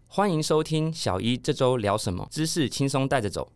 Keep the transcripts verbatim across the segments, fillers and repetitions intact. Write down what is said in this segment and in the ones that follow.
欢迎收听小一这周聊什么，知识轻松带着走。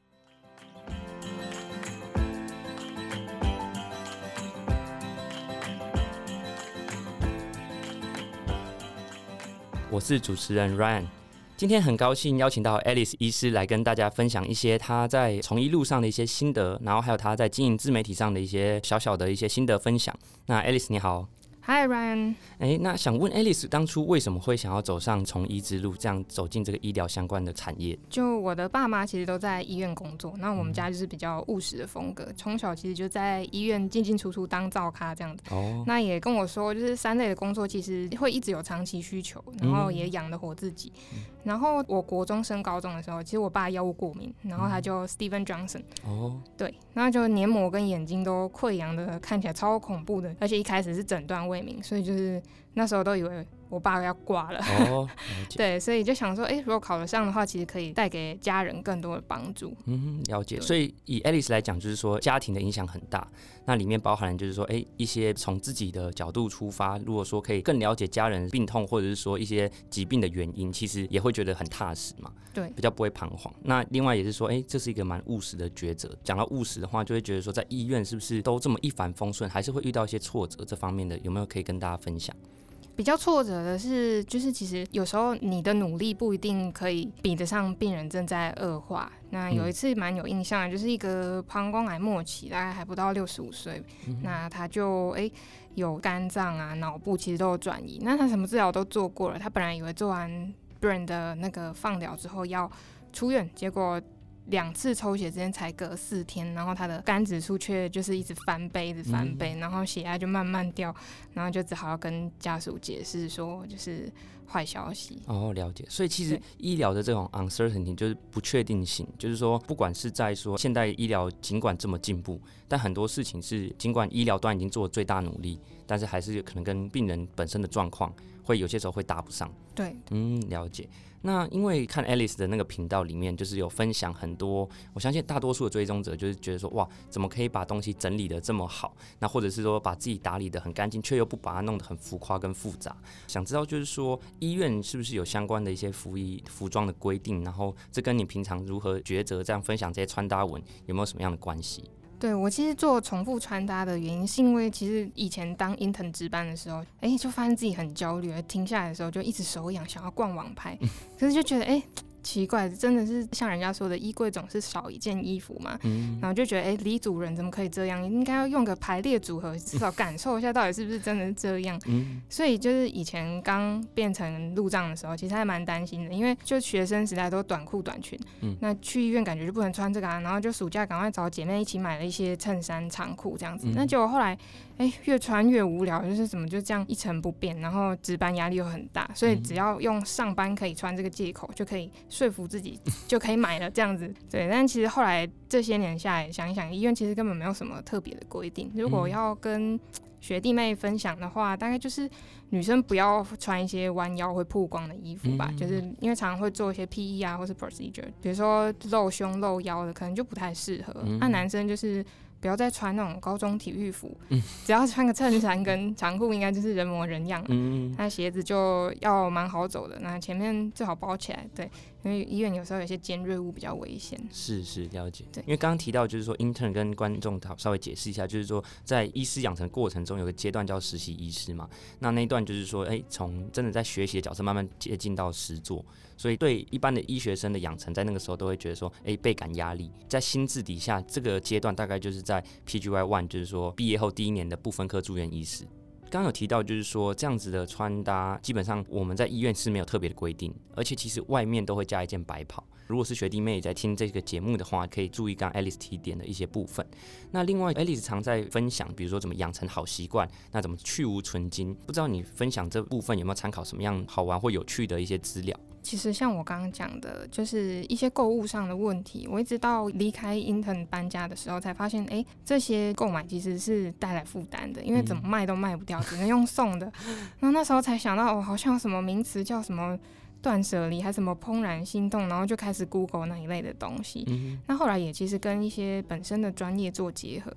我是主持人 Ryan， 今天很高兴邀请到 Alice 医师来跟大家分享一些她在从医路上的一些心得，然后还有她在经营自媒体上的一些小小的一些心得分享。那 Alice 你好。 Hi Ryan， 哎，那想问 Alice 当初为什么会想要走上从医之路，这样走进这个医疗相关的产业？ 就我的爸妈其实都在医院工作，那我们家就是比较务实的风格，从小其实就在医院进进出出当照咖这样子。哦，那也跟我说，就是三类的工作其实会一直有长期需求，然后也养得活自己。嗯、然后我国中升高中的时候，其实我爸药物过敏，然后他就 Steven Johnson。哦，对，那就黏膜跟眼睛都溃疡的，看起来超恐怖的，而且一开始是诊断未明，所以就是那时候都以为我爸要挂了。哦，对，所以就想说，哎、欸，如果考得上的话，其实可以带给家人更多的帮助。 嗯，了解。所以以 Alice 来讲，就是说家庭的影响很大，那里面包含就是说，哎、欸，一些从自己的角度出发，如果说可以更了解家人病痛或者是说一些疾病的原因，其实也会觉得很踏实嘛。 对， 比较不会彷徨。那另外也是说，哎、欸，这是一个蛮务实的抉择。讲到务实的话，就会觉得说，在医院是不是都这么一帆风顺，还是会遇到一些挫折？这方面的有没有可以跟大家分享？ 比较挫折的是，就是其实有时候你的努力不一定可以比得上病人正在恶化。那有一次蛮有印象的，就是一个膀胱癌末期，大概还不到六十五岁，那他就哎、欸、有肝脏啊、脑部其实都有转移。那他什么治疗都做过了，他本来以为做完 brain 的那个放疗之后要出院，结果两次抽血之间才隔四天，然后他的肝指数却就是一直翻倍，一直翻倍，嗯、然后血压就慢慢掉，然后就只好要跟家属解释说，就是坏消息。 哦，了解。所以其实医疗的这种 uncertainty 就是不确定性，就是说，不管是在说现代医疗尽管这么进步，但很多事情是尽管医疗端已经做了最大努力，但是还是可能跟病人本身的状况会有些时候会搭不上。 对， 嗯，了解。那因为看 Alice 的那个频道里面，就是有分享很多，我相信大多数的追踪者就是觉得说，哇，怎么可以把东西整理得这么好？那或者是说把自己打理得很干净，却又不把它弄得很浮夸跟复杂。想知道就是说，医院是不是有相关的一些服衣服装的规定？然后这跟你平常如何抉择这样分享这些穿搭文有没有什么样的关系？ 对，我其实做重复穿搭的原因是因为其实以前当 intern 值班的时候，哎，就发现自己很焦虑，停下来的时候就一直手痒，想要逛网拍，可是就觉得哎。奇怪，真的是像人家说的，衣柜总是少一件衣服嘛。嗯、然后就觉得，哎、欸，李主人怎么可以这样？应该要用个排列组合，至少感受一下到底是不是真的是这样。嗯、所以就是以前刚变成路障的时候，其实还蛮担心的，因为就学生时代都短裤短裙，嗯、那去医院感觉就不能穿这个啊。然后就暑假赶快找姐妹一起买了一些衬衫、长裤这样子。嗯、那结果后来，哎、欸，越穿越无聊，就是怎么就这样一成不变，然后值班压力又很大，所以只要用上班可以穿这个借口，就可以说服自己就可以买了这样子。对，但其实后来这些年下来想一想，医院其实根本没有什么特别的规定。如果要跟学弟妹分享的话，大概就是女生不要穿一些弯腰会曝光的衣服吧，嗯、就是因为常常会做一些 P E 啊或是 procedure， 比如说露胸露腰的可能就不太适合。那、嗯啊、男生就是不要再穿那种高中体育服，嗯、只要穿个衬衫跟长裤，应该就是人模人样了。嗯、那鞋子就要蛮好走的，那前面最好包起来，对，因为医院有时候有些尖锐物比较危险。 是是，了解。对，因为刚刚提到就是说 intern 跟观众稍微解释一下，就是说在医师养成过程中有个阶段叫实习医师嘛，那那一段就是说，哎，从真的在学习的角色慢慢接近到实作，所以对一般的医学生的养成，在那个时候都会觉得说，哎，倍感压力。在心智底下，这个阶段大概就是在 P G Y 一， 就是说毕业后第一年的部分科住院医师。刚刚有提到，就是说这样子的穿搭，基本上我们在医院是没有特别的规定，而且其实外面都会加一件白袍。如果是学弟妹在听这个节目的话，可以注意刚刚 Alice 提点的一些部分。那另外 Alice 常在分享，比如说怎么养成好习惯，那怎么去无存菁，不知道你分享这部分有没有参考什么样好玩或有趣的一些资料？ 其实像我刚刚讲的，就是一些购物上的问题，我一直到离开 intern 搬家的时候才发现，哎，这些购买其实是带来负担的，因为怎么卖都卖不掉，只能用送的。然后那时候才想到，哦，好像有什么名词叫什么断舍离，还什么怦然心动，然后就开始 Google 那一类的东西。嗯、那后来也其实跟一些本身的专业做结合，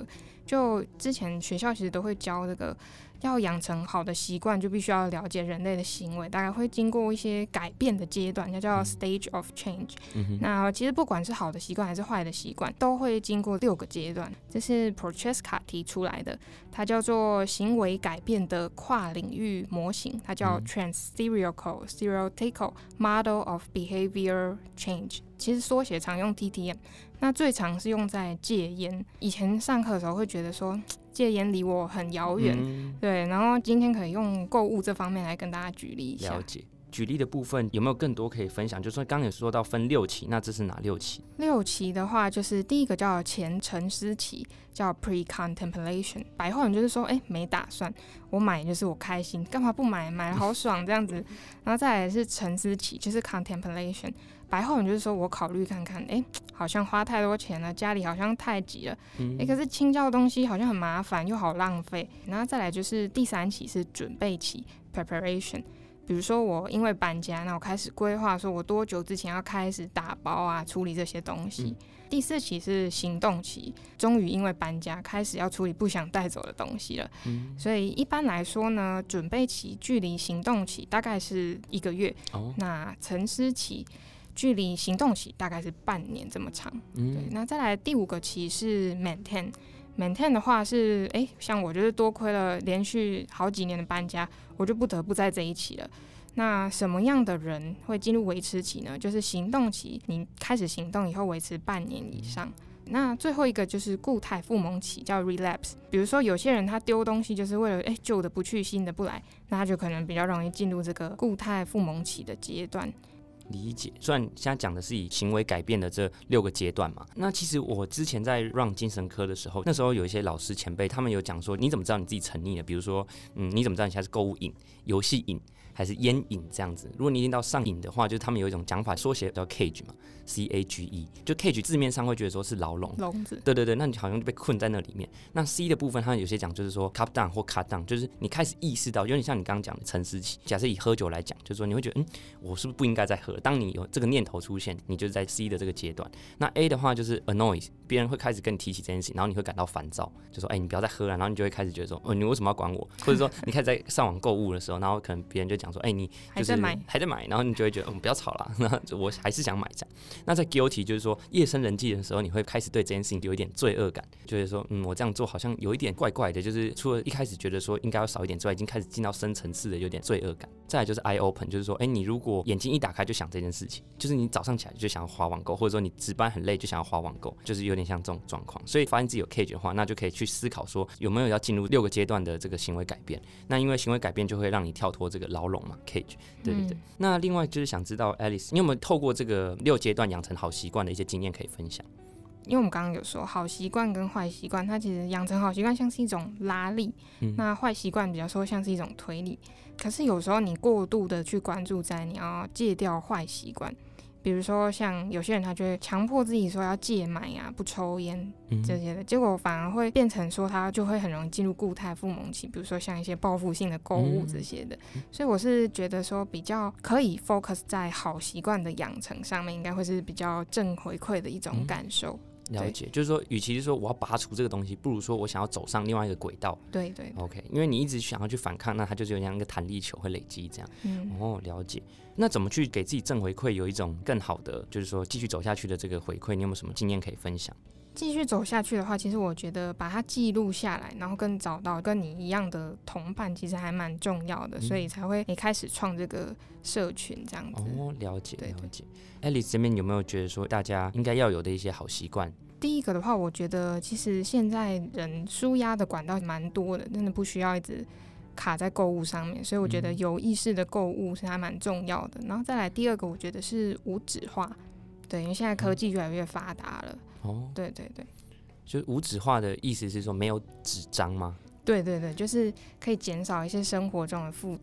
就之前学校其实都会教这个，要养成好的习惯，就必须要了解人类的行为，大概会经过一些改变的阶段，叫叫 stage of change、嗯、那其实不管是好的习惯还是坏的习惯，都会经过六个阶段，这是 Prochaska 提出来的，它叫做行为改变的跨领域模型，它叫 Trans-Theoretical Theoretical Model of Behavior Change， 其实缩写常用 T T M， 那最常是用在戒烟。以前上课的时候会觉得说戒烟离我很遥远、嗯，对，然后今天可以用购物这方面来跟大家举例一下。 了解。举例的部分有没有更多可以分享？就是说刚刚有说到分六期，那这是哪六期？ 六期的话，就是第一个叫前沉思期，叫 pre-contemplation， 白话文就是说，哎、欸，没打算，我买就是我开心，干嘛不买？买了好爽这样子。然后再来是沉思期，就是 contemplation， 白话文就是说我考虑看看，哎、欸，好像花太多钱了，家里好像太急了，哎、嗯欸，可是清教的东西好像很麻烦，又好浪费。然后再来就是第三期是准备期 preparation。比如说我因为搬家，那我开始规划说我多久之前要开始打包啊，处理这些东西、嗯、第四期是行动期，终于因为搬家开始要处理不想带走的东西了、嗯、所以一般来说呢，准备期距离行动期大概是一个月、哦、那沉思期距离行动期大概是半年这么长、嗯、对，那再来第五个期是 maintain maintain 的话是，哎，像我就是多亏了连续好几年的搬家，我就不得不在这一期了。那什么样的人会进入维持期呢？就是行动期，你开始行动以后维持半年以上。那最后一个就是固态复萌期，叫 relapse。比如说有些人他丢东西就是为了，哎，旧的不去，新的不来，那他就可能比较容易进入这个固态复萌期的阶段。 理解，虽然现在讲的是以行为改变的这六个阶段嘛，那其实我之前在 run 精神科的时候，那时候有一些老师前辈，他们有讲说，你怎么知道你自己沉溺了？比如说，嗯，你怎么知道你现在是购物瘾、游戏瘾还是烟瘾这样子？如果你已经到上瘾的话，就是他们有一种讲法，缩写叫 cage 嘛 ，C A G E， 就 cage 字面上会觉得说是牢笼， 笼子， 对对对，那你好像就被困在那里面。那 C 的部分，他有些讲就是说 cut down 或 cut down， 就是你开始意识到，有点像你刚刚讲的沉思期。假设以喝酒来讲，就是说你会觉得，嗯，我是不是不应该再喝？当你有这个念头出现，你就是在 C 的这个阶段。那 A 的话就是 annoy， 别人会开始跟你提起这件事情，然后你会感到烦躁，就说，哎、欸，你不要再喝了，然后你就会开始觉得说，哦，你为什么要管我？或者说你开始在上网购物的时候，然后可能别人就讲说，哎、欸，你就是还在买， 还在买，然后你就会觉得，嗯，不要吵啦，然后我还是想买这样。那在 guilty 就是说夜深人静的时候，你会开始对这件事情有一点罪恶感，觉得说，嗯，我这样做好像有一点怪怪的，就是除了一开始觉得说应该要少一点之外，已经开始进到深层次的有点罪恶感。再来就是 eye open， 就是说，哎、欸，你如果眼睛一打开就想这件事情，就是你早上起来就想要滑网购，或者说你值班很累就想要滑网购，就是有点像这种状况。所以发现自己有 cage 的话，那就可以去思考说有没有要进入六个阶段的这个行为改变。那因为行为改变就会让你跳脱这个牢笼嘛 ，cage， 对对对、嗯。那另外就是想知道 Alice， 你有没有透过这个六阶段养成好习惯的一些经验可以分享？ 因为我们刚刚有说，好习惯跟坏习惯，它其实养成好习惯像是一种拉力，嗯、那坏习惯比较说像是一种推力。可是有时候你过度的去关注在你要戒掉坏习惯，比如说像有些人他就会强迫自己说要戒买啊，不抽烟这些的、嗯，结果反而会变成说他就会很容易进入固态复萌期，比如说像一些报复性的购物这些的、嗯。所以我是觉得说比较可以 focus 在好习惯的养成上面，应该会是比较正回馈的一种感受。嗯了解，就是说，与其是说我要拔除这个东西，不如说我想要走上另外一个轨道。 对 对, 对 ，OK， 因为你一直想要去反抗，那它就是有点像一个弹力球会累积这样。嗯，哦，了解。那怎么去给自己正回馈，有一种更好的，就是说继续走下去的这个回馈？你有没有什么经验可以分享？ 继续走下去的话，其实我觉得把它记录下来，然后跟找到跟你一样的同伴，其实还蛮重要的、嗯，所以才会你开始创这个社群这样子。 哦，了解了解。Alice 这边有没有觉得说大家应该要有的一些好习惯？ 第一个的话，我觉得其实现在人抒压的管道蛮多的，真的不需要一直卡在购物上面，所以我觉得有意识的购物是还蛮重要的。然后再来第二个，我觉得是无纸化，对，因为现在科技越来越发达了。哦，对对对， 就无纸化的意思是说没有纸张吗？ 对对对，就是可以减少一些生活中的负担。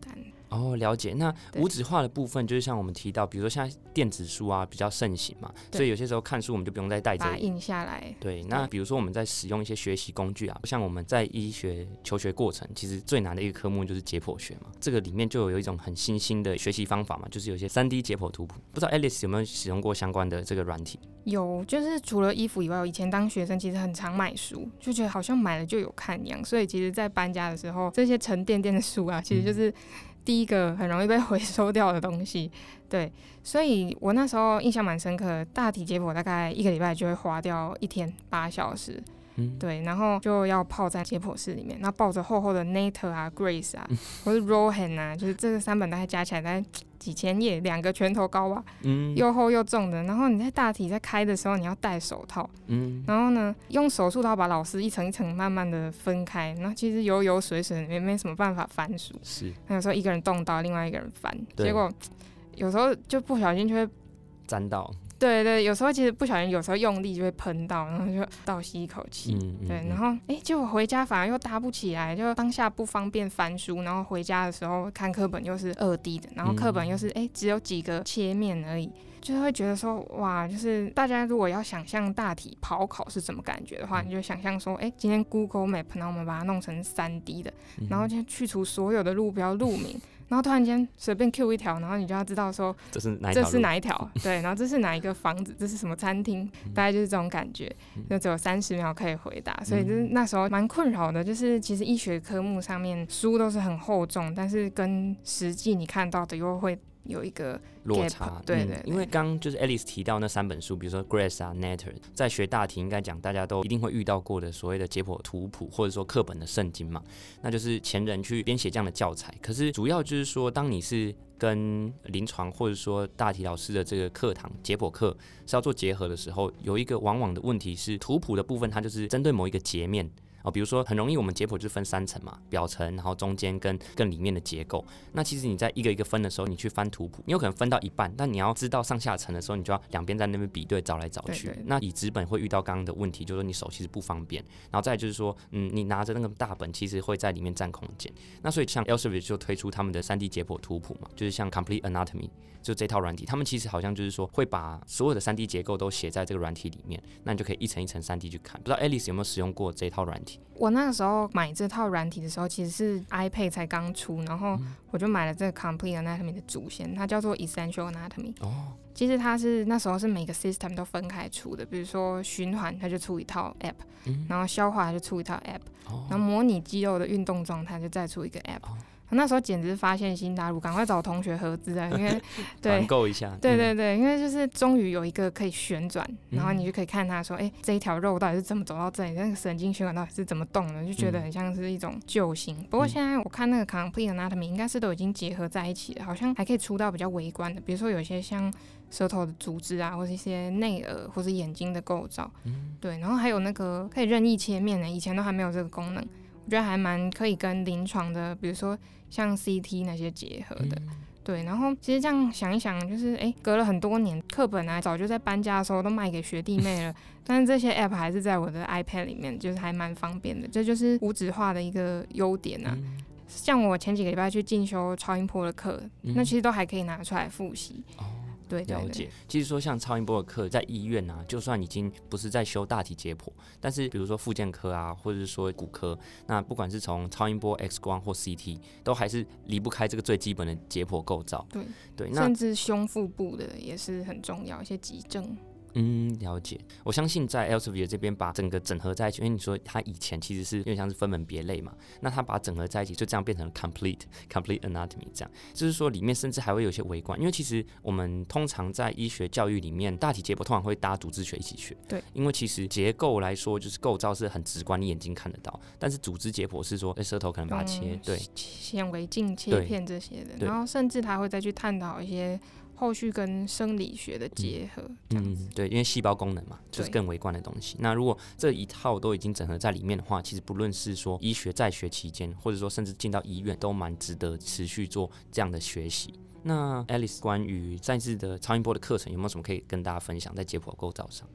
哦，了解。那无纸化的部分，就是像我们提到，比如说现在电子书啊比较盛行嘛，所以有些时候看书我们就不用再带着把它印下来。 对，那比如说我们在使用一些学习工具啊，像我们在医学求学过程，其实最难的一个科目就是解剖学嘛。这个里面就有一种很新兴的学习方法嘛，就是有些三 D 解剖图谱。不知道 Alice 有没有使用过相关的这个软体？ 有，就是除了衣服以外，我以前当学生其实很常买书，就觉得好像买了就有看一样，所以其实在搬家的时候，这些沉甸甸的书啊，其实就是第一个很容易被回收掉的东西。对，所以我那时候印象蛮深刻，大体解剖大概一个礼拜就会花掉一天八小时。嗯、对，然后就要泡在解剖室里面，然后抱着厚厚的 Nature 啊、Grace 啊，或是 Rohan 啊，就是这个三本大概加起来大概几千页，两个拳头高吧，嗯，又厚又重的。然后你在大体在开的时候，你要戴手套，嗯，然后呢，用手术刀把老师一层一层慢慢的分开，然后其实油油水水也没什么办法翻书，是，有时候一个人动刀，另外一个人翻，结果有时候就不小心就会沾到。 对对，有时候其实不小心，有时候用力就会喷到，然后就倒吸一口气。嗯嗯、对，然后哎，结果回家反而又搭不起来，就当下不方便翻书，然后回家的时候看课本又是二 D 的，然后课本又是哎只有几个切面而已，就是会觉得说哇，就是大家如果要想象大体跑考是什么感觉的话，你就想象说，哎，今天 Google Map， 然后我们把它弄成三 D 的，然后就去除所有的路标路名。然后突然间随便 Q 一条，然后你就要知道说这是哪一条路， 这是哪一条，对，然后这是哪一个房子，这是什么餐厅，大概就是这种感觉，就只有三十秒可以回答，所以就是那时候蛮困扰的。就是其实医学科目上面书都是很厚重，但是跟实际你看到的又会有一个 gap, 落差， 对 对, 对、 嗯，因为刚就是 Alice 提到那三本书，比如说 Grace 啊 Nature， 在学大题应该讲大家都一定会遇到过的所谓的解剖图谱，或者说课本的圣经嘛，那就是前人去编写这样的教材。可是主要就是说，当你是跟临床或者说大体老师的这个课堂解剖课是要做结合的时候，有一个往往的问题是，图谱的部分它就是针对某一个截面。哦，比如说很容易，我们解剖就分三层嘛，表层，然后中间跟更里面的结构。那其实你在一个一个分的时候，你去翻图谱，你有可能分到一半，但你要知道上下层的时候，你就要两边在那边比对，找来找去。对对，那以纸本会遇到刚刚的问题，就是说你手其实不方便，然后再来就是说，嗯，你拿着那个大本，其实会在里面占空间。那所以像 Elsevier 就推出他们的三 D 解剖图谱嘛，就是像 Complete Anatomy。就这套软体，他们其实好像就是说会把所有的 三 D 结构都写在这个软体里面，那你就可以一层一层 三 D 去看。不知道 Alice 有没有使用过这套软体？ 我那个时候买这套软体的时候，其实是 iPad 才刚出，然后我就买了这个 Complete Anatomy 的主线，它叫做 Essential Anatomy。哦，其实它是那时候是每个 system 都分开出的，比如说循环它就出一套 app，、嗯、然后消化就出一套 app，、哦、然后模拟肌肉的运动状态就再出一个 app。哦，那时候简直是发现新大陆，赶快找同学合资啊！因为对， 团购一下， 对对对，因为就是终于有一个可以旋转，然后你就可以看他说，哎、欸，这一条肉到底是怎么走到这里，那个神经血管到底是怎么动的，就觉得很像是一种救星。不过现在我看那个 Complete Anatomy 应该是都已经结合在一起了，好像还可以出到比较微观的，比如说有些像舌头的组织啊，或是一些内耳或是眼睛的构造，嗯、对，然后还有那个可以任意切面的，以前都还没有这个功能。我觉得还蛮可以跟临床的，比如说像 C T 那些结合的，嗯、对。然后其实这样想一想，就是哎，隔了很多年，课本啊早就在搬家的时候都卖给学弟妹了，但是这些 app 还是在我的 iPad 里面，就是还蛮方便的，这就是无纸化的一个优点啊。嗯、像我前几个礼拜去进修超音波的课，嗯、那其实都还可以拿出来复习。哦，对对对， 了解。其实说像超音波的课，在医院啊，就算已经不是在修大体解剖，但是比如说复健科啊，或者是说骨科，那不管是从超音波、X 光或 C T， 都还是离不开这个最基本的解剖构造。 对对， 甚至胸腹部的也是很重要，一些急症。 嗯，了解。我相信在 Elsevier 这边把整个整合在一起，因为你说它以前其实是有点像是分门别类嘛，那它把它整合在一起，就这样变成了 complete complete anatomy 这样，就是说里面甚至还会有一些微观，因为其实我们通常在医学教育里面，大体解剖通常会搭组织学一起学，对，因为其实结构来说就是构造是很直观，你眼睛看得到，但是组织解剖是说，哎，舌头可能把它切，嗯、对， 显微镜切片这些的，然后甚至他会再去探讨一些后续跟生理学的结合，这样子， 嗯，对，因为细胞功能嘛，就是更微观的东西。那如果这一套都已经整合在里面的话，其实不论是说医学在学期间，或者说甚至进到医院，都蛮值得持续做这样的学习。那 Alice 关于上一次的超音波的课程，有没有什么可以跟大家分享在解剖构造上？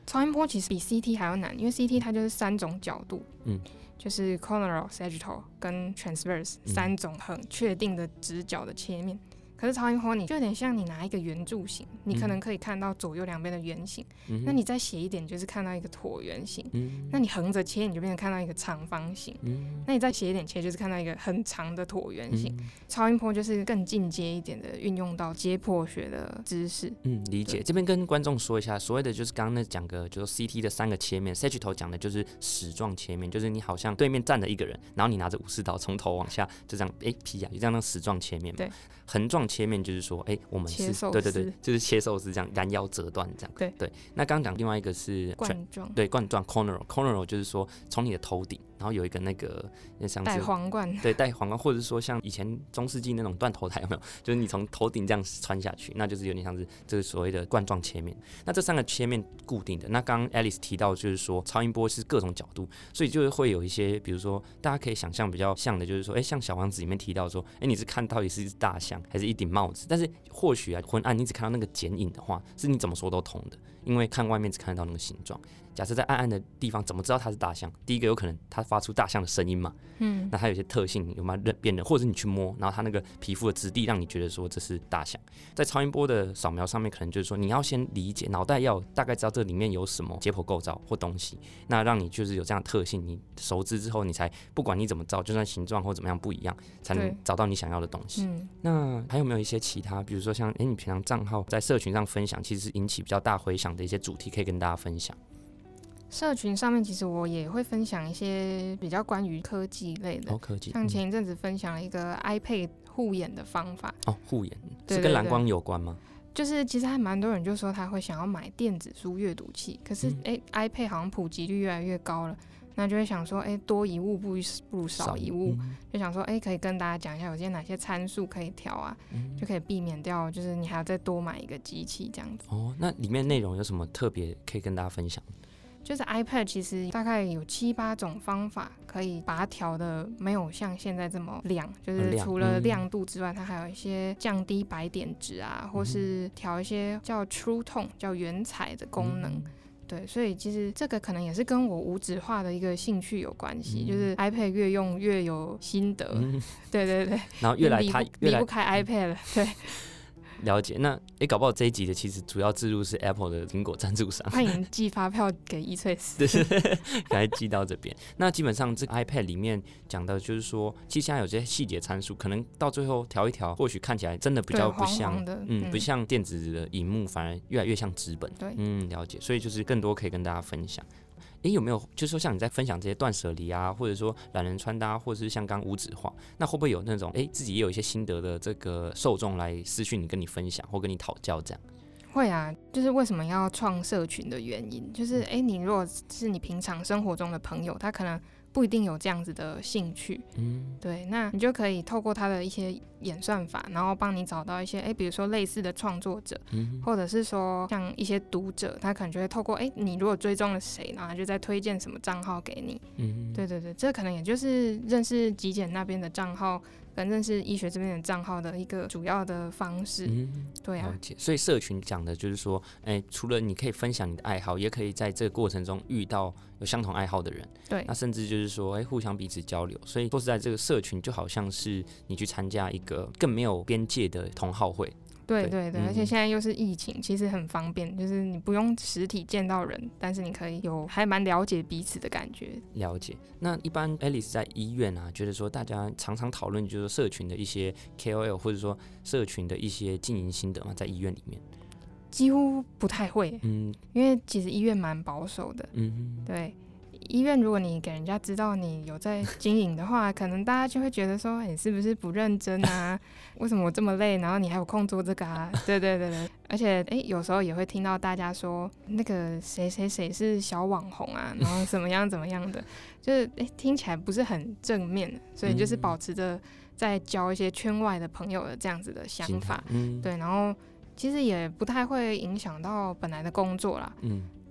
超音波其实比 C T 还要难，因为 C T 它就是三种角度， 嗯， 就是 coronal、sagittal 跟 transverse、嗯、三种很确定的直角的切面。可是超音波你就有点像你拿一个圆柱形，你可能可以看到左右两边的圆形、嗯、那你再斜一点就是看到一个椭圆形、嗯、那你横着切你就变成看到一个长方形、嗯、那你再斜一点切就是看到一个很长的椭圆形、嗯、超音波就是更进阶一点的运用到解剖学的知识。 嗯，理解。这边跟观众说一下，所谓的就是刚刚那讲个就是 C T 的三个切面， sagittal 讲的就是矢状切面，就是你好像对面站着一个人，然后你拿着武士刀从头往下就这样哎劈下去，这样那矢状切面嘛。 对， 横状切面就是说，哎、欸，我们是，对对对，就是切寿司这样，拦腰折断这样。 对对。那刚刚讲另外一个是冠状， 对，冠状 coronal，coronal 就是说从你的头顶，然后有一个那个像戴皇冠， 对，戴皇冠，或者是说像以前中世纪那种断头台有没有？就是你从头顶这样穿下去，那就是有点像是这个所谓的冠状切面。那这三个切面固定的。那刚刚 Alice 提到就是说超音波是各种角度，所以就会有一些，比如说大家可以想象比较像的，就是说，哎、欸，像小王子里面提到说，哎、欸，你是看到底是一只大象还是一顶帽子？但是或许啊，昏暗你只看到那个剪影的话，是你怎么说都通的，因为看外面只看得到那个形状。假设在暗暗的地方，怎么知道它是大象？第一个有可能它发出大象的声音嘛，嗯，那它有些特性有没有辨认，或者是你去摸，然后它那个皮肤的质地让你觉得说这是大象。在超音波的扫描上面，可能就是说你要先理解，脑袋要大概知道这里面有什么解剖构造或东西，那让你就是有这样的特性，你熟知之后，你才不管你怎么照，就算形状或怎么样不一样，才能找到你想要的东西。嗯、那还有没有一些其他，比如说像哎、欸，你平常账号在社群上分享，其实引起比较大回响的一些主题，可以跟大家分享？ 社群上面其实我也会分享一些比较关于科技类的， 哦，科技， 像前一阵子分享了一个 iPad 护眼的方法。 哦，护眼是跟蓝光有关吗？ 就是其实还蛮多人就说他会想要买电子书阅读器，可是哎、嗯欸、，iPad 好像普及率越来越高了，那就会想说，哎、欸，多一物不如少一物，嗯、就想说，哎、欸，可以跟大家讲一下有些哪些参数可以调啊、嗯，就可以避免掉，就是你还要再多买一个机器这样子。 哦，那里面内容有什么特别可以跟大家分享？ 就是 iPad 其实大概有七八种方法可以把它调的没有像现在这么亮，就是除了亮度之外，它还有一些降低白点值啊，或是调一些叫 True Tone 叫原彩的功能。嗯，对，所以其实这个可能也是跟我无纸化的一个兴趣有关系、嗯，就是 iPad 越用越有心得，嗯、对对对， 然后越来它离不开 iPad 了，对。 了解，那哎，搞不好这一集的其实主要置入是 Apple 的苹果赞助商， 欢迎寄发票给伊翠丝， 对，赶快寄到这边。那基本上这个 iPad 里面讲的就是说，其实现在有些细节参数，可能到最后调一调，或许看起来真的比较不像， 黄黄的嗯，不像电子的萤幕，反而越来越像纸本。 对， 嗯，了解。所以就是更多可以跟大家分享。哎，有没有就是说像你在分享这些断舍离啊，或者说懒人穿搭，或者是像刚无纸化，那会不会有那种哎自己也有一些心得的这个受众来私讯你跟你分享或跟你讨教这样？ 会啊，就是为什么要创社群的原因，就是哎你如果是你平常生活中的朋友，他可能不一定有这样子的兴趣，嗯，对，那你就可以透过他的一些演算法，然后帮你找到一些，哎，比如说类似的创作者，嗯，或者是说像一些读者，他可能就会透过，哎，你如果追踪了谁，然后他就再推荐什么账号给你，嗯，对对对，这可能也就是认识极简那边的账号跟认识医学这边的账号的一个主要的方式，嗯，对啊， 了解。所以社群讲的就是说，哎，除了你可以分享你的爱好，也可以在这个过程中遇到有相同爱好的人， 对， 那甚至就是说，哎，互相彼此交流。所以说实在，这个社群就好像是你去参加一个更没有边界的同好会。 对对对、嗯，而且现在又是疫情，其实很方便，就是你不用实体见到人，但是你可以有还蛮了解彼此的感觉。 了解。那一般 Alice 在医院啊，觉得说大家常常讨论就是社群的一些 K O L 或者说社群的一些经营心得嘛，在医院里面几乎不太会，嗯，因为其实医院蛮保守的，嗯，对。医院如果你给人家知道你有在经营的话，可能大家就会觉得说，你、欸、是不是不认真啊？为什么我这么累，然后你还有空做这个啊？对对对对，而且哎、欸，有时候也会听到大家说，那个谁谁谁是小网红啊，然后怎么样怎么样的，就是哎、欸、听起来不是很正面，所以就是保持着在交一些圈外的朋友的这样子的想法，嗯，对，然后其实也不太会影响到本来的工作啦，嗯。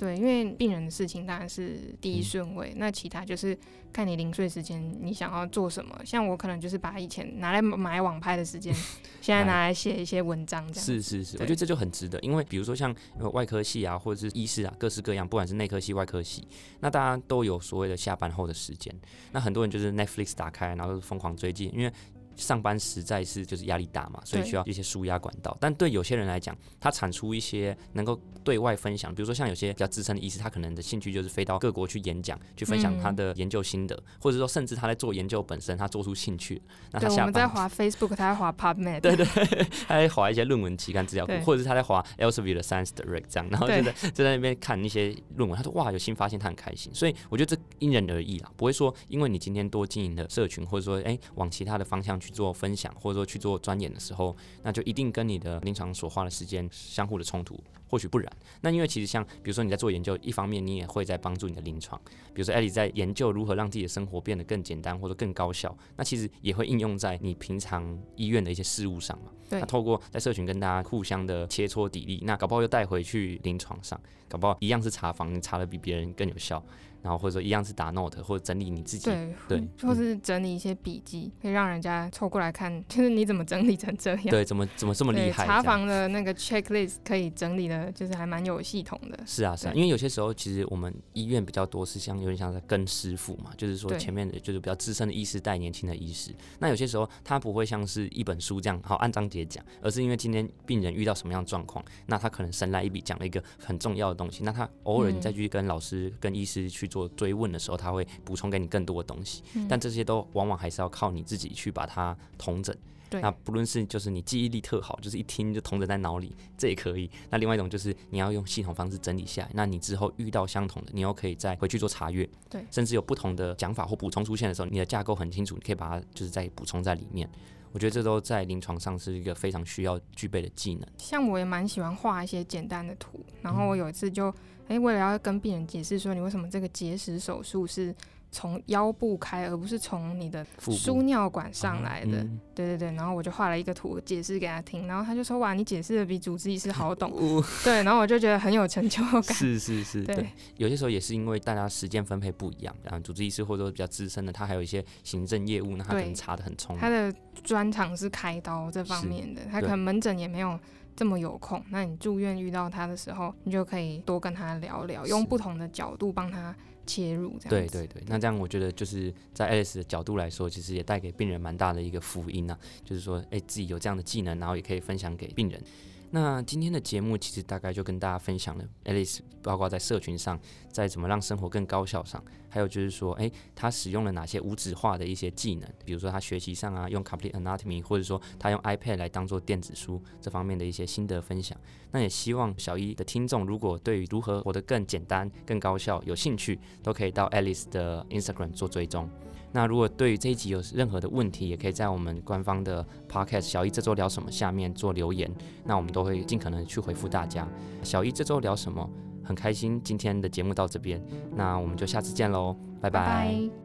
对，因为病人的事情当然是第一顺位、嗯、那其他就是看你零碎时间你想要做什么。像我可能就是把以前拿来买网拍的时间现在拿来写一些文章这样。 是是是，我觉得这就很值得，因为比如说像外科系啊，或者是医师啊，各式各样，不管是内科系外科系，那大家都有所谓的下班后的时间，那很多人就是 Netflix 打开然后疯狂追剧，因为上班实在是就是压力大嘛，所以需要一些抒压管道。但对有些人来讲，他产出一些能够对外分享，比如说像有些比较资深的医师，他可能的兴趣就是飞到各国去演讲，去分享他的研究心得，嗯、或者说甚至他在做研究本身，他做出兴趣。那他下班， 对，我们在滑 Facebook， 他在滑 PubMed， 对对，他在滑一些论文期刊资料库，或者是他在滑 Elsevier 的 Science Direct 这样，然后就在就在那边看一些论文，他说哇有新发现，他很开心。所以我觉得这因人而异啦，不会说因为你今天多经营的社群，或者说哎、欸、往其他的方向去做分享。或者说去做钻研的时候，那就一定跟你的临床所花的时间相互的冲突，或许不然。那因为其实像比如说你在做研究，一方面你也会在帮助你的临床，比如说 Ellie 在研究如何让自己的生活变得更简单或者更高效，那其实也会应用在你平常医院的一些事务上嘛。那透过在社群跟大家互相的切磋砥砺，那搞不好又带回去临床上，搞不好一样是查房，你查的比别人更有效。然后或者说一样是打 note 或者整理你自己， 对对，或是整理一些笔记，可以让人家凑过来看，就是你怎么整理成这样， 对，怎么怎么这么厉害？ 查房的那个 checklist 可以整理的，就是还蛮有系统的。 是啊是啊，因为有些时候其实我们医院比较多是像有点像在跟师傅嘛，就是说前面的就是比较资深的医师带年轻的医师，那有些时候他不会像是一本书这样好按章节讲，而是因为今天病人遇到什么样的状况，那他可能神来一笔讲了一个很重要的东西，那他偶尔你再去跟老师、嗯、跟医师去做追问的时候，他会补充给你更多的东西、嗯、但这些都往往还是要靠你自己去把它统整。那不论是就是你记忆力特好，就是一听就统整在脑里，这也可以。那另外一种就是你要用系统方式整理下来，那你之后遇到相同的，你又可以再回去做查阅，对，甚至有不同的讲法或补充出现的时候，你的架构很清楚，你可以把它就是再补充在里面。我觉得这都在临床上是一个非常需要具备的技能。 像我也蛮喜欢画一些简单的图，然后我有一次就哎、欸，为了要跟病人解释说你为什么这个结石手术是从腰部开，而不是从你的输尿管上来的、嗯、对对对，然后我就画了一个图解释给他听，然后他就说哇你解释的比主治医师好懂、哦、对，然后我就觉得很有成就感。 是是是 对, 对， 有些时候也是因为大家时间分配不一样，然后主治医师或者说比较资深的他还有一些行政业务，那他可能查得很聪明， 他的专长是开刀这方面的，他可能门诊也没有这么有空，那你住院遇到他的时候，你就可以多跟他聊聊，用不同的角度帮他切入这样子。 对对对，那这样我觉得就是在 Alice 的角度来说，其实也带给病人蛮大的一个福音啊，就是说哎、欸、自己有这样的技能，然后也可以分享给病人。那今天的节目其实大概就跟大家分享了 Alice 包括在社群上，在怎么让生活更高效上，还有就是说哎，他使用了哪些无纸化的一些技能，比如说他学习上啊用 Complete Anatomy， 或者说他用 iPad 来当做电子书这方面的一些心得分享。那也希望小一的听众如果对于如何活得更简单更高效有兴趣，都可以到 Alice 的 Instagram 做追踪。那如果对于这一集有任何的问题，也可以在我们官方的 Podcast 小一这周聊什么下面做留言，那我们都会尽可能去回复大家。小一这周聊什么，很开心今天的节目到这边，那我们就下次见咯，拜拜。拜拜。